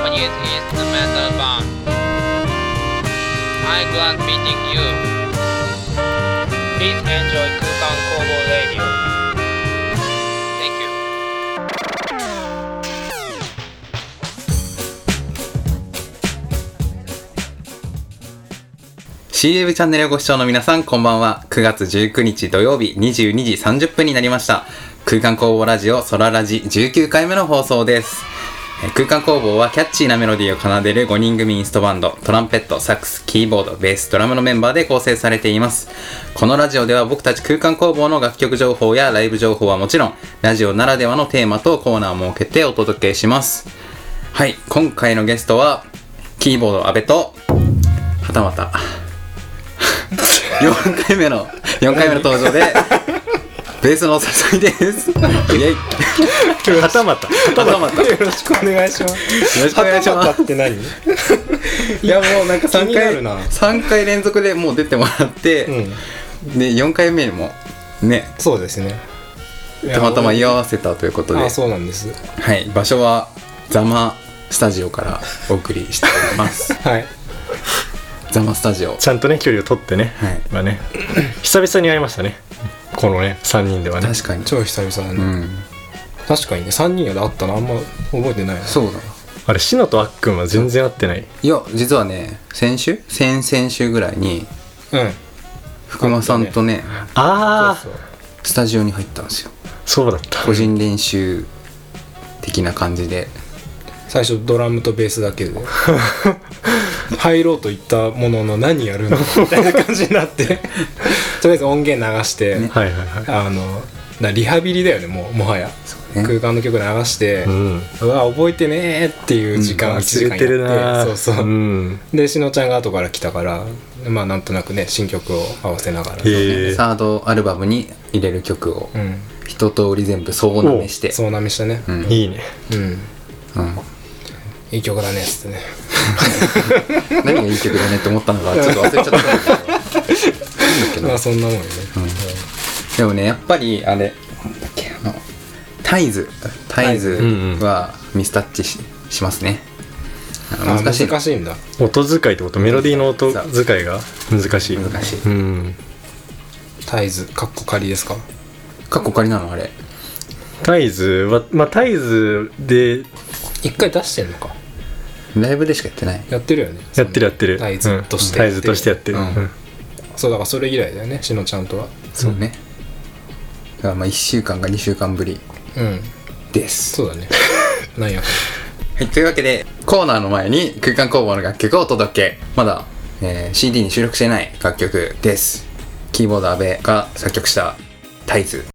harmonious instrumental band. I'm glad meeting you. Please enjoy 空間工房 Radio. Thank you. CM チャンネルをご視聴の皆さん、こんばんは。9月19日土曜日22時30分になりました。空間工房ラジオソララジ19回目の放送です。空間工房はキャッチーなメロディーを奏でる5人組インストバンド、トランペット、サックス、キーボード、ベース、ドラムのメンバーで構成されています。このラジオでは僕たち空間工房の楽曲情報やライブ情報はもちろん、ラジオならではのテーマとコーナーを設けてお届けします。はい、今回のゲストはキーボード阿部と、はたまた4回目の登場でベースのお誘いです。イエイ。 はたまたよろしくお願いします。 よろしくお願いします。 はたまたって何？ いやもうなんか 3 回連続でもう出てもらって、で4回目もね、 そうですね、 たまたま居合わせたということで、 あ、そうなんです。 はい、場所はザマスタジオからお送りしております。 はい、 ザマスタジオ、 ちゃんとね距離を取ってね、 はい、 まあね久々に会いましたね、このね3人ではね。 確かに超久々だね、確かにね、3人で会ったのあんま覚えてないな。 そうだ、 あれ、シノとあっくんは全然会ってない。 いや実はね、先々週ぐらいに福間さんとね、 そうスタジオに入ったんですよ。 そうだった。 個人練習的な感じで、 最初ドラムとベースだけで入ろうと言ったものの何やるのみたいな感じになってとりあえず音源流して、 はいはいはい、 リハビリだよね、もはや、空間の曲流して、うわ覚えてねーっていう時間を1時間やって、 忘れてるな。 そうそう、でしのちゃんが後から来たから、まあなんとなくね新曲を合わせながら、 サードアルバムに入れる曲を一通り全部総なめして、 総なめしたね、 いいね、 いい曲だねっつってね何がいい曲だねって思ったのかちょっと忘れちゃったんだけどまあそんなもんよね、 でもね、やっぱりあれなんだっけ、タイズはミスタッチ しますね。難しいんだ。 音使いってこと、メロディーの音使いが難しい。 タイズカッコ仮ですか？ カッコ仮なのあれ。 タイズはまあタイズで一回出してんのか。 ライブでしかやってない。 やってるよね。 やってるタイズとしてタイズとしてやってる、 そうだからそれ以来だよね、しのちゃんとは。 そうね、だからまあ1週間か2週間ぶりです、 そうだねなんやかはい、というわけでコーナーの前に空間工房の楽曲をお届け。まだ、CD に収録してない楽曲です。キーボード阿部が作曲したタイズ。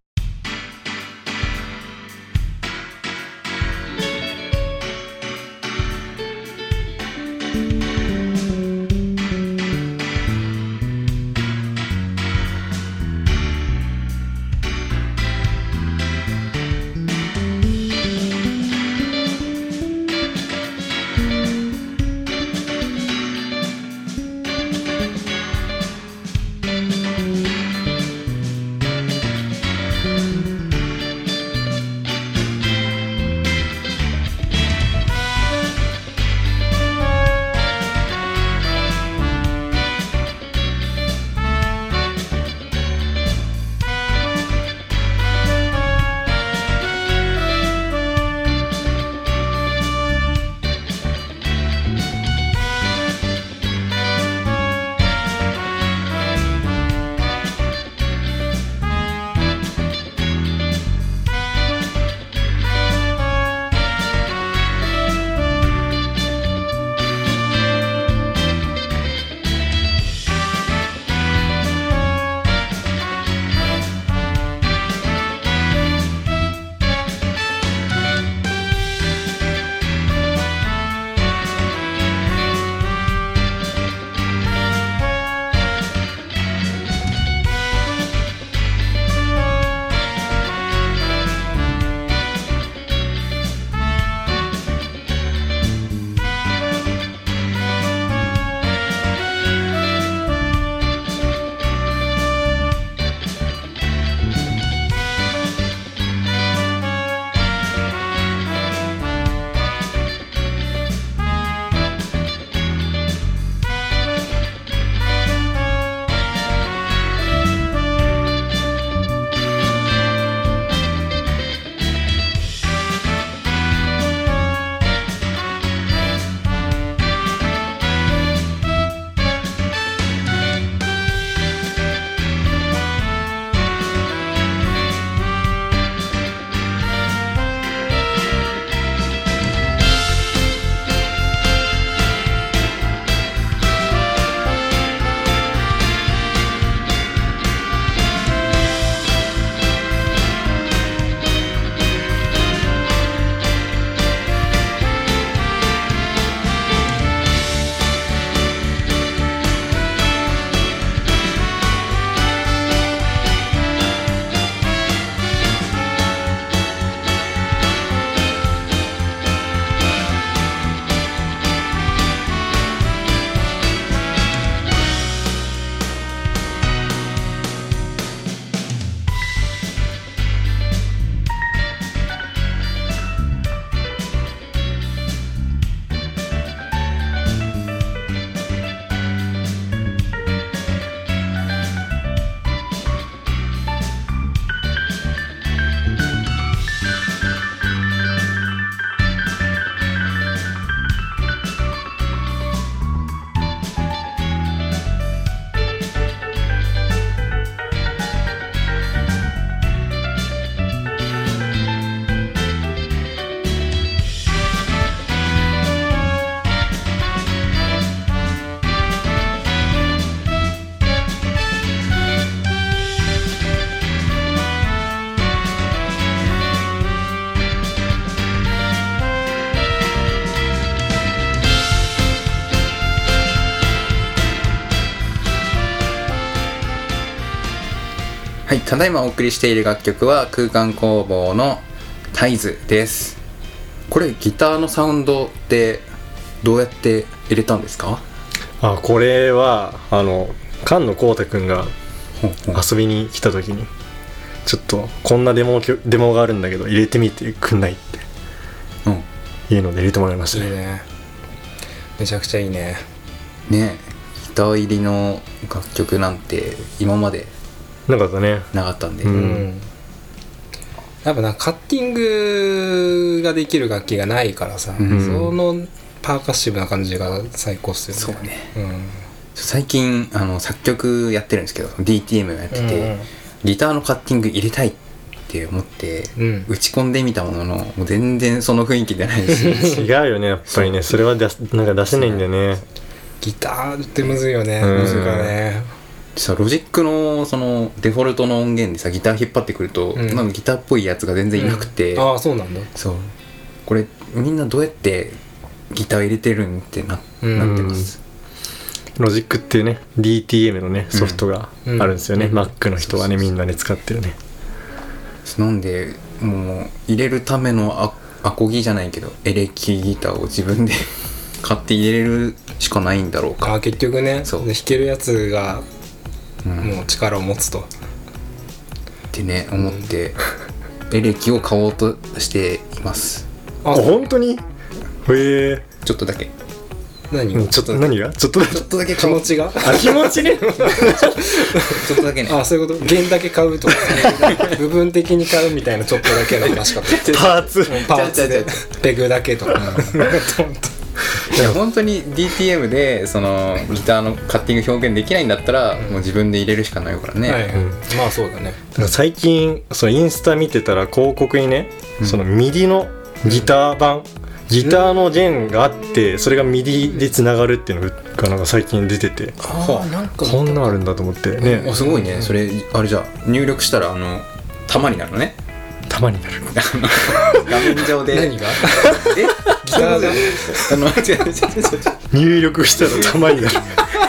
はい、ただいまお送りしている楽曲は空間工房のタイズです。これギターのサウンドってどうやって入れたんですか？ これは菅野浩太くんがほんほん遊びに来た時にちょっとこんなデモがあるんだけど入れてみてくんないっていうので入れてもらいましたね。 いいね、めちゃくちゃいいね。 ね、ギター入りの楽曲なんて今までなかったね。 なかったんで、 うんやっぱカッティングができる楽器がないからさ、 うんそのパーカッシブな感じが最高っすよね。 そうね、 うん最近作曲やってるんですけど DTM をやってて、 うんギターのカッティング入れたいって思って、 うん打ち込んでみたもののもう全然その雰囲気出ないし違うよねやっぱりね。それはなんか出せないんだよね。 ギターってむずいよね。 うんむずいからね。 さロジックのそのデフォルトの音源でさギター引っ張ってくると、 うんなんかギターっぽいやつが全然いなくて、 ああそうなんだ。 そうこれみんなどうやってギター入れてるんってなってます、 ロジックっていうね DTM のねソフトがあるんですよね、 うん Mac の人はねみんなで使ってるね。 なんでもう入れるためのアコギじゃないけどエレキギターを自分で買って入れるしかないんだろうかあ結局ねそうで弾けるやつがうんもう力を持つと。 ってね思ってエレキを買おうとしています。 本当に？へえ。 ちょっとだけ何がちょっと何がちょっとだけちょっとだけ気買おう持ちが気持ちねちょっとだけねあそういうこと弦だけ買うとか部分的に買うみたいなちょっとだけの話かとパーツパーツでペグだけとかいや本当に DTM でそのギターのカッティング表現できないんだったら、もう自分で入れるしかないからね、 はいはいまあそうだね。 だから最近そのインスタ見てたら広告にね、そのミディのギター版、ギターの弦があってそれがミディでつながるっていうのがなんか最近出てて、 ああなんかこんなんあるんだと思ってね。 すごいね。それあれじゃ入力したら玉になるのね。 玉になる。 画面上で何がギターで違う入力したら玉になる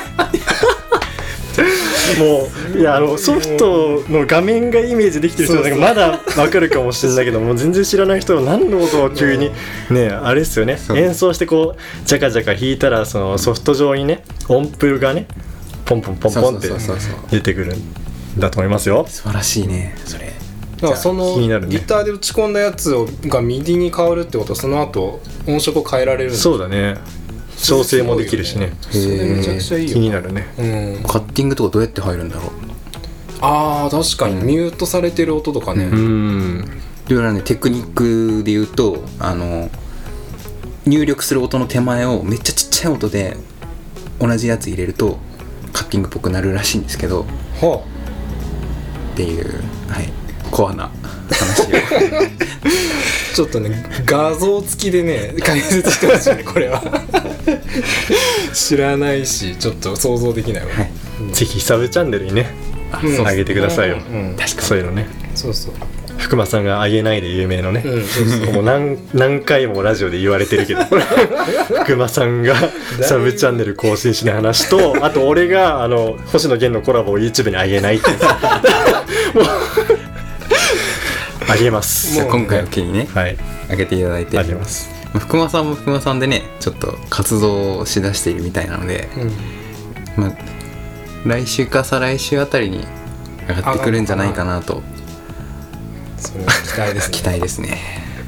もういやソフトの画面がイメージできてる人なんかまだわかるかもしれないけどもう全然知らない人は何のことを急にねあれですよね。演奏してこうジャカジャカ弾いたらそのソフト上にね音符がねポンポンポンポンってそう出てくるんだと思いますよ。 素晴らしいねそれ。 だからその気になるねギターで打ち込んだやつがミディに変わるってことはその後音色を変えられるんだ。 そうだね。調整もできるしね。 それめちゃくちゃいいよ。 気になるね。 うんカッティングとかどうやって入るんだろう。 あー確かにミュートされてる音とかね、 いろいろねテクニックで言うと入力する音の手前をめっちゃちっちゃい音で同じやつ入れるとカッティングっぽくなるらしいんですけどはっていうはいコアな話をあ、ちょっとね画像付きでね解説してほしいねこれは知らないしちょっと想像できないわ、 はいぜひサブチャンネルにねうんあげてくださいよ。 うん確かそういうのね。 そうそう福間さんがあげないで有名のね、 うんそうそうもう何回もラジオで言われてるけど福間さんがサブチャンネル更新しない話とあと俺が星野源のコラボを YouTube にあげないってもうあげますじゃあ今回を機にねはい上げていただいてあげます。 福間さんも福間さんでねちょっと活動をしだしているみたいなので、まあ、来週か再来週あたりに上がってくるんじゃないかなとそれは期待ですね期待ですね。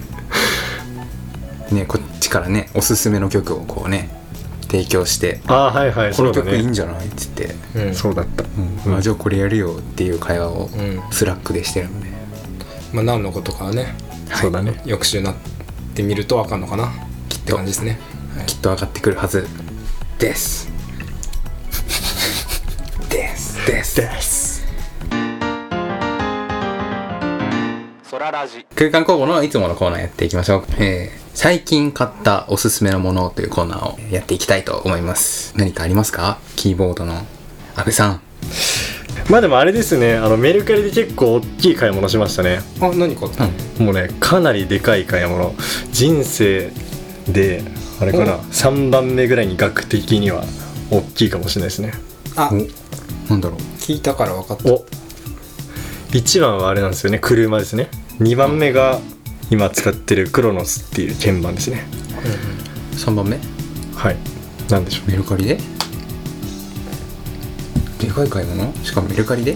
ねこっちからねおすすめの曲をこうね提供してはいはいこのそうだね。 曲いいんじゃないっつって、 うんそうだった。 あじゃあこれやるよっていう会話をうんスラックでしてるので、 まあ何のことかはねそうだね。 翌週になってみると分かんのかなって感じですね、はいきっと上がってくるはずですです空間工房のいつものコーナーやっていきましょう、最近買ったおすすめのものというコーナーをやっていきたいと思います。何かありますか？キーボードの安部さん。 まあでもあれですねメルカリで結構大きい買い物しましたね。 あ何買ったの、 もうねかなりでかい買い物人生であれかな3番目ぐらいに額的には大きいかもしれないですね。 あなんだろう。 聞いたから分かった。 お 1番はあれなんですよね、車ですね。2番目が今使ってるクロノスっていう鍵盤ですね。 3番目はい、なんでしょう。 メルカリででかい買い物、しかもメルカリで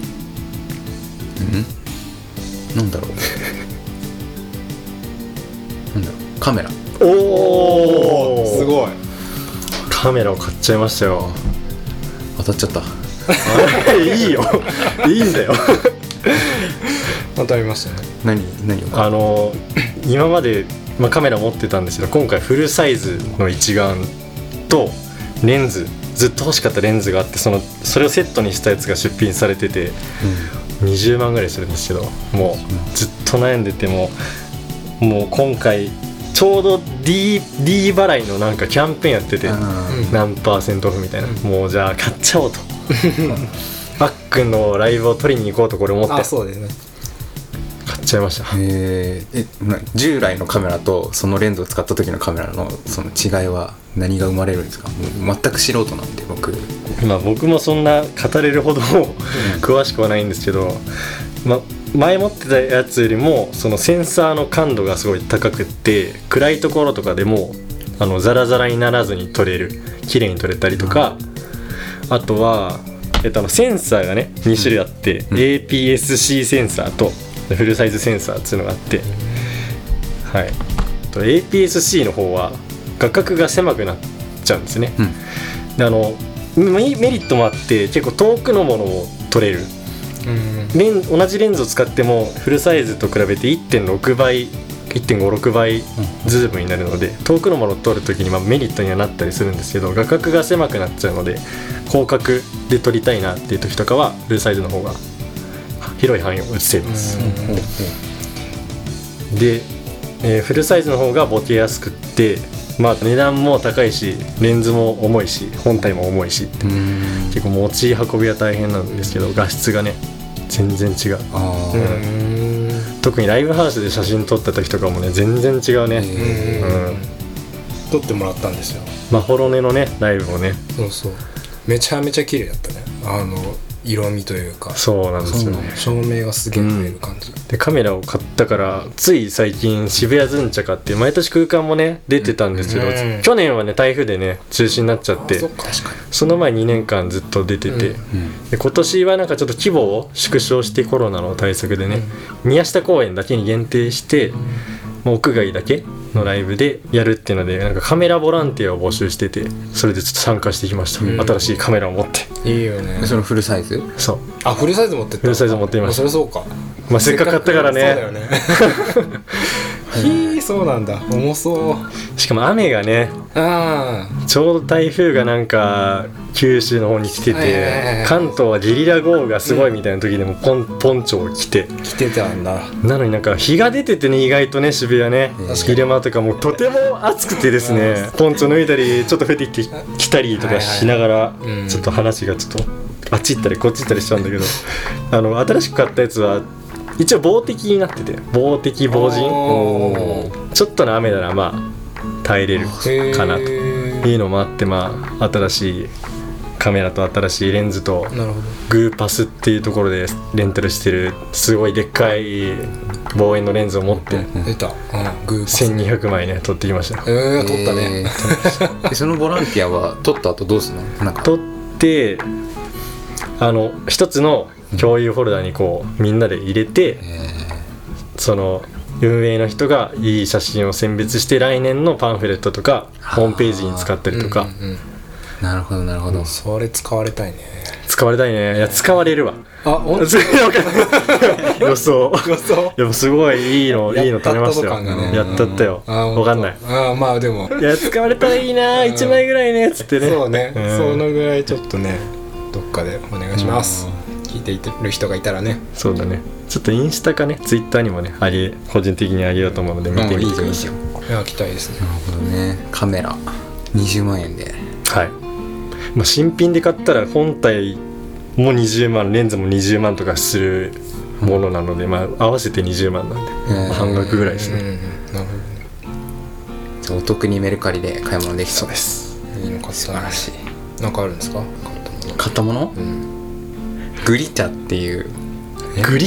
なんだろうなんだろう、カメラ。 おお、 すごい。 カメラを買っちゃいましたよ。 当たっちゃった。 いいよ、いいんだよ。 当たりましたね。 何を今まで、カメラ持ってたんですけど、今回フルサイズの一眼とレンズ、ずっと欲しかったレンズがあって、それをセットにしたやつが出品されてて、20万ぐらいするんですけど、もうずっと悩んでて、もう今回ちょうど D 払いのなんかキャンペーンやってて、何%オフみたいな、もうじゃあ買っちゃおうと。パックンのライブを撮りに行こうとこれ思って、 そうですね。 買っちゃいました。 従来のカメラとそのレンズを使った時のカメラのその違いは何が生まれるんですか？もう全く素人なんで僕もそんな語れるほど詳しくはないんですけど、前持ってたやつよりもそのセンサーの感度がすごい高くって、暗いところとかでもザラザラにならずに撮れる、綺麗に撮れたりとか、あとはセンサーがね2種類あって、APS-C センサーとフルサイズセンサーっていうのがあって、はい、APS-C の方は画角が狭くなっちゃうんですね。でメリットもあって、結構遠くのものを撮れる。同じレンズを使ってもフルサイズと比べて 1.6 倍 1.56 倍ズームになるので、遠くのものを撮るときにメリットにはなったりするんですけど、画角が狭くなっちゃうので、広角で撮りたいなっていう時とかはフルサイズの方が広い範囲を映せます。で、フルサイズの方がボケやすくって、値段も高いし、レンズも重いし、本体も重いしって、結構持ち運びは大変なんですけど、画質がね全然違う。特にライブハウスで写真撮った時とかもね全然違うね。 撮ってもらったんですよ、 マホロネのねライブもね。 そうめちゃめちゃ綺麗だったね。色味というか、 そうなんですよね。 照明がすげえ増える感じ、 でカメラを買ったから、つい最近渋谷ズンチャカって毎年空間もね出てたんですけど、去年はね台風でね中止になっちゃって、その前2年間ずっと出てて、で今年はなんかちょっと規模を縮小して、コロナの対策でね、宮下公園だけに限定して、屋外だけのライブでやるっていうので、なんかカメラボランティアを募集してて、それでちょっと参加してきました。新しいカメラを持って。 いいよね。 そのフルサイズ？ そう。 フルサイズ持ってった。 フルサイズ持っていました。 それそうか。 せっかく買ったからね。 そうだよね。そうなんだ。重そう。 しかも雨がね、ちょうど台風がなんか九州の方に来てて、関東はゲリラ豪雨がすごいみたいな時でもポンチョを着てたんだ。 なのになんか日が出ててね、意外とね渋谷ね、昼間とかもとても暑くてですね、ポンチョ脱いだりちょっと降ってきたりとかしながら、ちょっと話がちょっとあっち行ったりこっち行ったりしちゃうんだけど、新しく買ったやつは一応防滴になってて、防滴防塵、ちょっとの雨なら耐えれるかなというのもあって、新しいカメラと新しいレンズとグーパスっていうところでレンタルしてるすごいでっかい望遠のレンズを持って出た、グーパス 1200枚ね撮ってきました。 撮ったね。 そのボランティアは撮った後どうするの？ 撮って一つの共有フォルダにこうみんなで入れて、その運営の人がいい写真を選別して来年のパンフレットとかホームページに使ったりとか。 なるほどなるほど。 それ使われたいね。 使われたいね。いや使われるわ。 本当予想。やっぱすごいいいの撮れましたよ。やったよ。わかんない。 でも。 いや使われたらいいな、1枚ぐらいねつってね。 そうね。そのぐらいちょっとね、どっかでお願いします。聞いている人がいたらね。 そうだね。ちょっとインスタかね、ツイッターにもね個人的にあげようと思うので見てみてください。 いや期待ですね。 なるほどね。カメラ20万円で。 はい。新品で買ったら本体も20万、レンズも20万とかするものなので、合わせて20万なんで、半額ぐらいですね。 なるほどね。 じゃあお得にメルカリで買い物できそうです。 いいの買った。 素晴らしい。 なんかあるんですか？ 買ったもの？グリチャっていう。 グリチャ？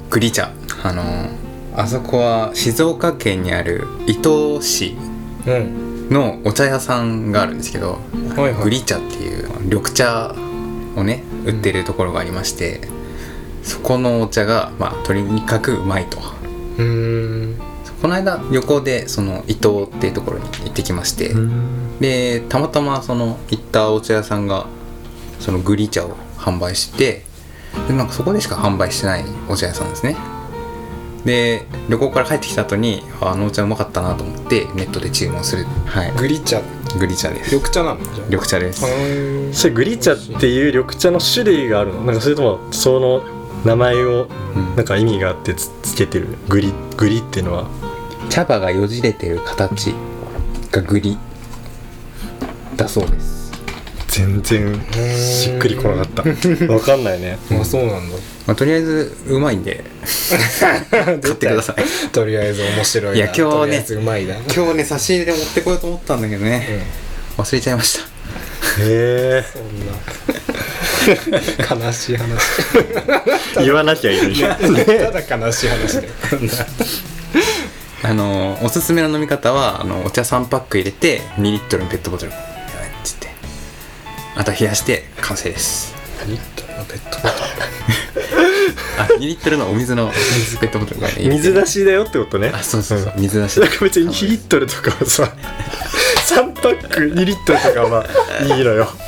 グリ茶あそこは静岡県にある伊東市うんのお茶屋さんがあるんですけど、 はいはいグリ茶っていう緑茶をね売ってるところがありまして、そこのお茶がとにかくうまいと。この間旅行でその伊東っていうところに行ってきまして、でたまたまその行ったお茶屋さんがそのグリ茶を販売して、でなんかそこでしか販売してないお茶屋さんですね。で旅行から帰ってきた後にあのお茶うまかったなと思ってネットで注文する。はい、 グリ茶グリ茶です。 緑茶なの？じゃあ緑茶です。 それグリ茶っていう緑茶の種類があるの？なんかそれともその名前をなんか意味があってつけてるグリっていうのは茶葉がよじれてる形がグリだそうです。 全然しっくりこなかったわかんないね。 あ、そうなんだ。 とりあえずうまいんで買ってください。 とりあえず面白いな。 いや今日ねとりあえずうまいな。 今日ね差し入れで持ってこようと思ったんだけどね、忘れちゃいました。 へえそんな悲しい話。 言わなきゃいいのにただ悲しい話だよ。 おすすめの飲み方はお茶3パック入れて2リットルのペットボトルつってあと冷やして完成です。 2リットルのペットボトル 2リットルのお水のペットボトルが入れて水出しだよってことね。 あ、そうそうそう、水出しなんか別に2リットルとかはさ3パック2リットルとかはいいのよ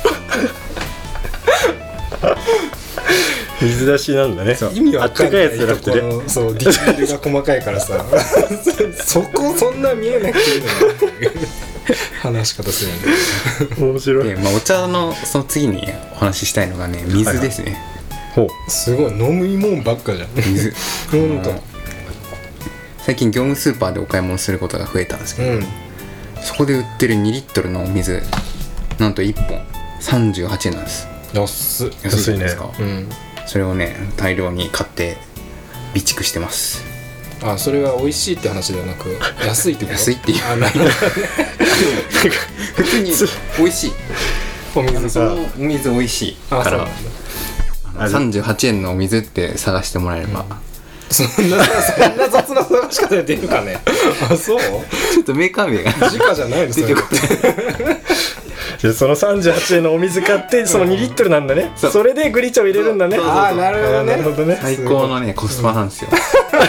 水出しなんだね。 意味わかんない。 あったかいやつじゃなくてね。 そうディテールが細かいからさそこそんな見えなくていいのに話し方するんだ。 面白い。 で、お茶のその次にお話ししたいのがね、水ですね。 ほう。 すごい飲むもんばっかじゃん。 水ほんと。 最近業務スーパーでお買い物することが増えたんですけど、そこで売ってる2リットルのお水なんと1本38円なんです。 安いね。 ですか。それをね大量に買って備蓄してます。 あ、それは美味しいって話ではなく安いってこと？ 安いっていう。 あ、なるほどね。 普通に美味しい。 お水そのお水美味しいかあ、そうら38円のお水って探してもらえれば、 そんな雑な探し方で出るかね。あ、そう？ ちょっとメーカー名が直じゃないのそれ。 でその38円のお水買ってその2リットルなんだね。それでグリ茶を入れるんだね。 あ、なるほどね。 なるほどね。 最高のねコスパなんですよ。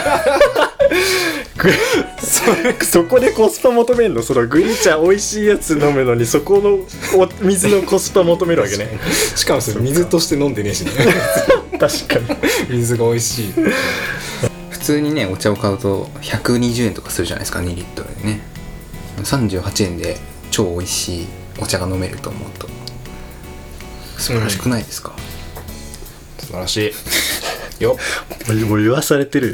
そこでコスパ求めるの？そのグリ茶美味しいやつ飲むのにそこのお水のコスパ求めるわけね。 しかもそれ水として飲んでねえしね。 確かに水が美味しい。 普通にねお茶を買うと120円とかするじゃないですか、2リットルでね。38円で超美味しいお茶が飲めると思うと素晴らしくないですか？ 素晴らしいよ。 もう言わされてる。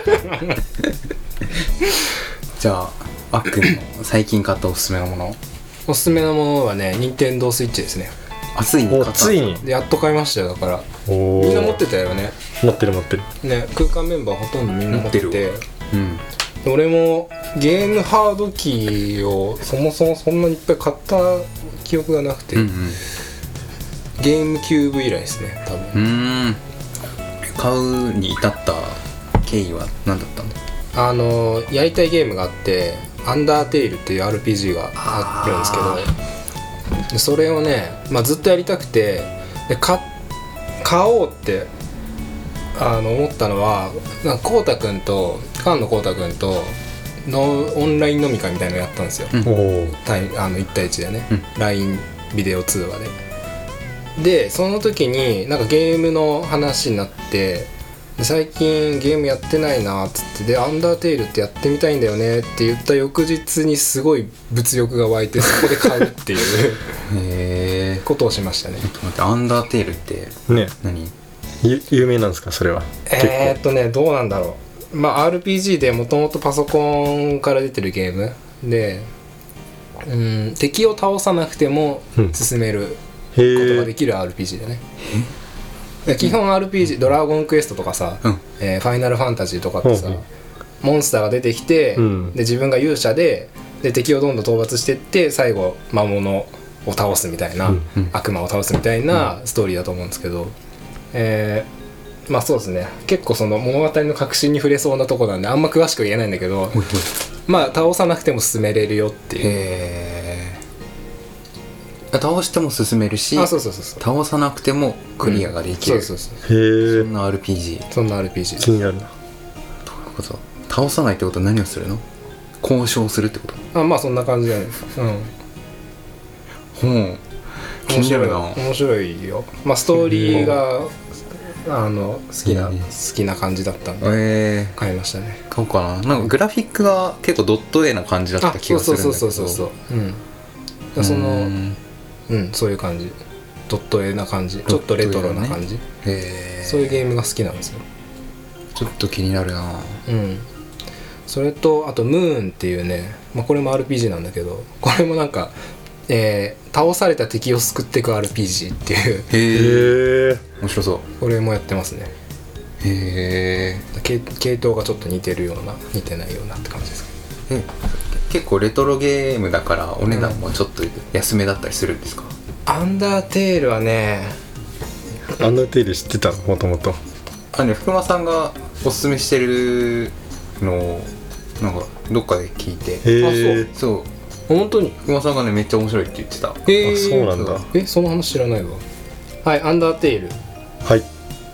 じゃああっくんの最近買ったおすすめのもの。 おすすめのものはね、任天堂スイッチですね。 ついに買った。 ついにでやっと買いましたよ。だからみみんな持ってたよね。 持ってるね、空間メンバーほとんどみんな持ってて、俺もゲームハード機をそもそもそんなにいっぱい買った記憶がなくて、ゲームキューブ以来ですね、多分。 買うに至った経緯は何だったんだ？ やりたいゲームがあって、アンダーテイルっていう RPG があるんですけど、それをね、ずっとやりたくて、で買おうって思ったのは、なんかこうたくんと菅野こうたくんとのオンライン飲み会みたいなのやったんですよ。1対1でね、LINE ビデオ通話で。でその時になんかゲームの話になって、で最近ゲームやってないなっつって、でアンダーテイルってやってみたいんだよねって言った翌日にすごい物欲が湧いて、そこで買うっていうことをしましたね。 ちょっと待って、アンダーテイルってね。 何？ 有名なんですかそれは？ どうなんだろう。RPG でもともとパソコンから出てるゲームで、敵を倒さなくても進めることができる RPG だね。基本 RPG、ドラゴンクエストとかさ、ファイナルファンタジーとかってさ、モンスターが出てきて、で自分が勇者で敵をどんどん討伐していって、最後魔物を倒すみたいな、悪魔を倒すみたいなストーリーだと思うんですけど、 まあそうですね、結構その物語の核心に触れそうなとこなんであんま詳しく言えないんだけど、まあ倒さなくても進めれるよっていう。 へえ。倒しても進めるし、 あ、そうそうそうそう、 倒さなくてもクリアができる、 そうそうそう、 へえそんな RPG。 そんな RPG 気になるな。 どういうこと？倒さないってことは何をするの？交渉するってこと？ あ、まあそんな感じだね。 ほう、気になるな。 面白いよ。まあストーリーが好きな感じだったんで買いましたね。 買おうかな。なんかグラフィックが結構ドット絵な感じだった気がするんだけど。 そう、そのそういう感じ、ドット絵な感じ、ちょっとレトロな感じ、そういうゲームが好きなんですよ。 ちょっと気になるな。 それとあとムーンっていうね、まあ、これも RPG なんだけど、これもなんか、倒された敵を救っていく RPG っていうへえ面白そう。 これもやってますね。 へえ。 系統がちょっと似てるような似てないようなって感じですか。 結構レトロゲームだからお値段もちょっと安めだったりするんですか？ アンダーテールはね、 アンダーテイル知ってた？もともと福間さんがおすすめしてるのをなんかどっかで聞いて、 へえそう本当に福間さんがねめっちゃ面白いって言ってた。 あ、そうなんだ。 その話知らないわ。はい、アンダーテール、 はい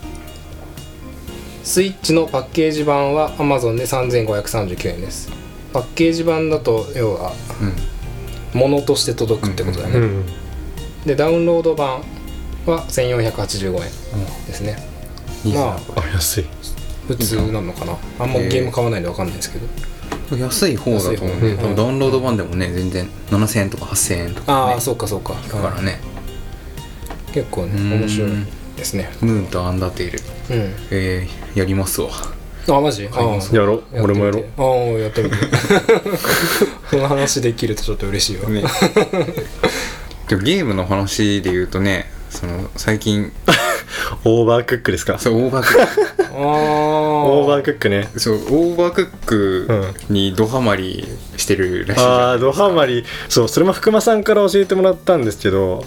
スイッチのパッケージ版は Amazon で3539円です。パッケージ版だと要は物として届くってことだね、でダウンロード版は1485円ですね、まあ安い。 普通なのかな、あんまゲーム買わないんで分かんないですけど、 安い方だと思うね。多分ダウンロード版でもね全然7000円とか8000円とか、ね、 ああそうかだからね、 結構ね面白いですね。 ムーンとアンダーテイル、やりますわ。 あ、マジ？ やろう、俺もやろう。 ああ、やってみてその話できるとちょっと嬉しいわ、ね、 でもゲームの話で言うとね、その最近オーバークックですか？ そうオーバークックオーバークックね。 そうオーバークックにドハマりしてるらしいじゃないですか。 ドハマり、そうそれも福間さんから教えてもらったんですけど、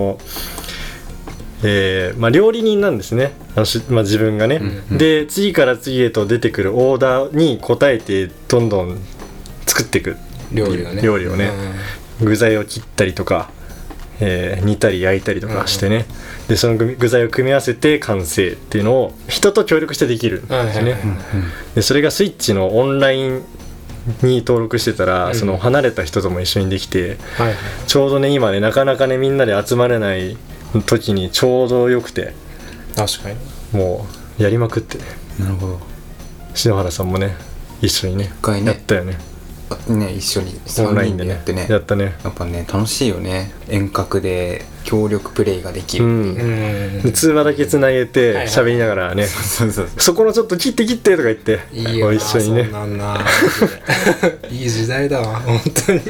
まあ、料理人なんですね、まあ、自分がね、で次から次へと出てくるオーダーに応えてどんどん作っていく料理をね、 具材を切ったりとか、煮たり焼いたりとかしてね、でその具材を組み合わせて完成っていうのを人と協力してできるんですね、でそれがスイッチのオンラインに登録してたら、その離れた人とも一緒にできて、ちょうどね今ねなかなかねみんなで集まれない時にちょうどよくて、 確かにもうやりまくってね。 なるほど。 篠原さんもね一緒にねやったよね。 一緒にオンライ 3人ンでねでやってね、 やったね。 やっぱね楽しいよね、遠隔で協力プレイができるっていう、 で通話だけつなげて喋りながらね、そこのちょっと切ってとか言っていいよな、 一緒にね。 そんなんないい時代だわ本当に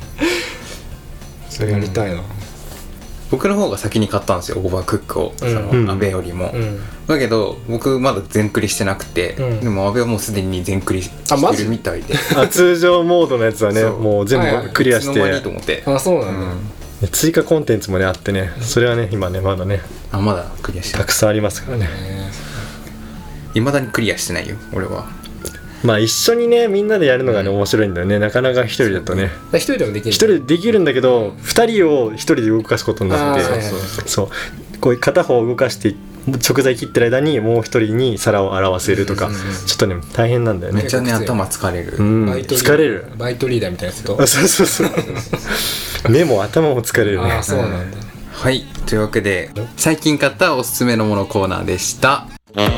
それやりたいな、 僕の方が先に買ったんですよオーバークックを、その阿部よりも、だけど僕まだ全クリしてなくて、でも阿部はもうすでに全クリしてるみたいで、 通常モードのやつはねもう全部クリアして、 いつの間にと思って、 あ、そうなんだ、 追加コンテンツもねあってね、それはね今ねまだねまだクリアしてない、 たくさんありますからね。 未だにクリアしてないよ俺は。 まあ一緒にねみんなでやるのがね面白いんだよね。なかなか一人だとね、 一人でもできる、 一人でできるんだけど二人を一人で動かすことになって、そうこういう片方を動かして食材切ってる間にもう一人に皿を洗わせるとか、ちょっとね大変なんだよね。 めっちゃね頭疲れる、 疲れる。 バイトリーダーみたいなこと。 そう目も頭も疲れるね。 あ、そうなんだ。 はい、というわけで最近買ったおすすめのものコーナーでした。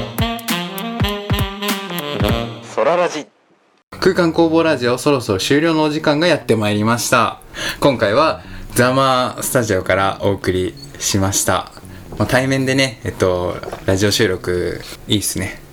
ソララジ空間工房ラジオ、そろそろ終了のお時間がやってまいりました。今回はザマースタジオからお送りしました。対面でねラジオ収録いいっすね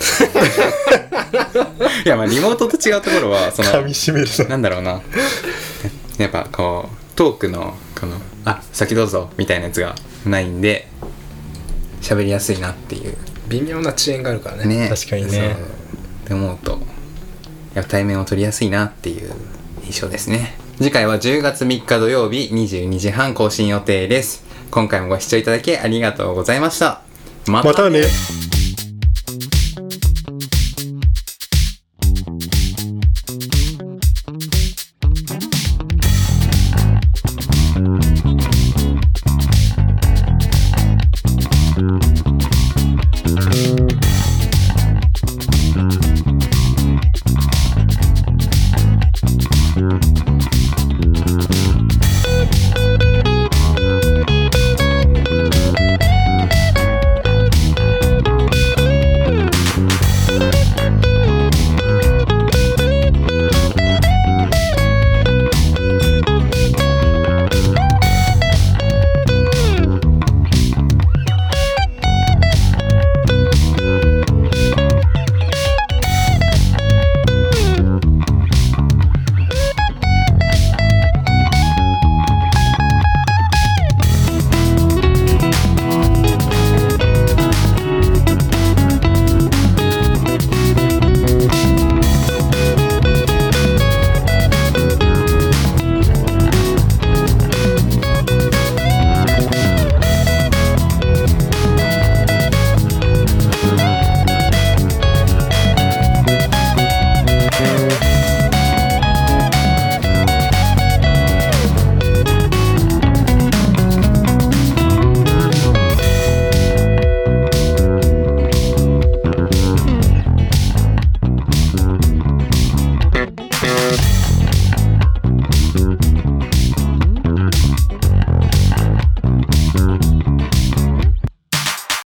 いやリモートと違うところはその噛み締めるなんだろうな、やっぱこうトークのこの先どうぞみたいなやつがないんで喋りやすいなっていう微妙な遅延があるからね。 確かにね。 って思うとやっぱ対面を取りやすいなっていう印象ですね。次回は10月3日土曜日22時半更新予定です。今回もご視聴いただきありがとうございました。 またね。